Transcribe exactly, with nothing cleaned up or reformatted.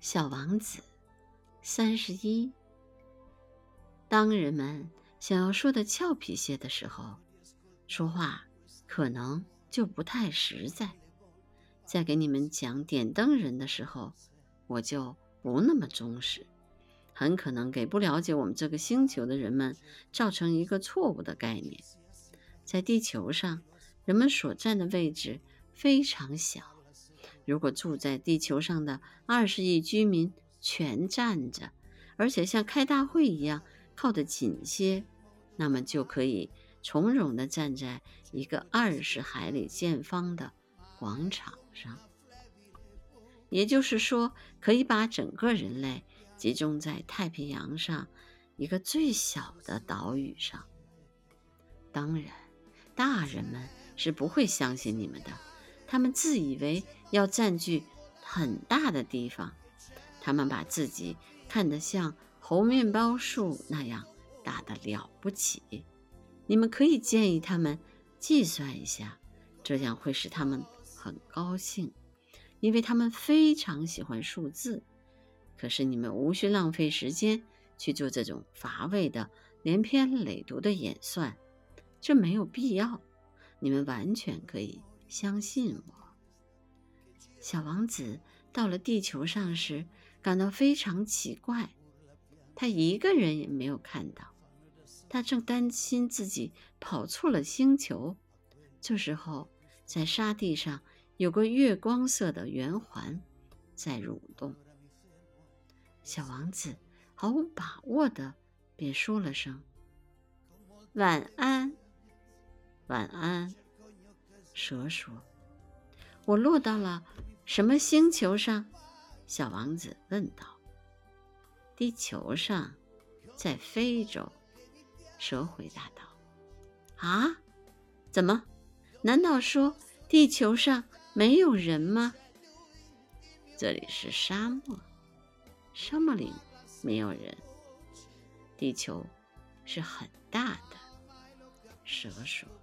小王子三十一。当人们想要说的俏皮些的时候，说话可能就不太实在。在给你们讲点灯人的时候，我就不那么忠实，很可能给不了解我们这个星球的人们造成一个错误的概念。在地球上，人们所占的位置非常小。如果住在地球上的二十亿居民全站着，而且像开大会一样靠得紧些，那么就可以从容地站在一个二十海里见方的广场上。也就是说，可以把整个人类集中在太平洋上一个最小的岛屿上。当然，大人们是不会相信你们的，他们自以为要占据很大的地方，他们把自己看得像猴面包树那样大得了不起。你们可以建议他们计算一下，这样会使他们很高兴，因为他们非常喜欢数字。可是你们无需浪费时间去做这种乏味的连篇累牍的演算，这没有必要。你们完全可以相信我。小王子到了地球上时，感到非常奇怪，他一个人也没有看到。他正担心自己跑错了星球。这时候，在沙地上有个月光色的圆环在蠕动。小王子毫无把握地便说了声晚安。晚安，蛇说。我落到了什么星球上？小王子问道。地球上，在非洲。蛇回答道。啊？怎么？难道说地球上没有人吗？这里是沙漠，沙漠里没有人。地球是很大的，蛇说。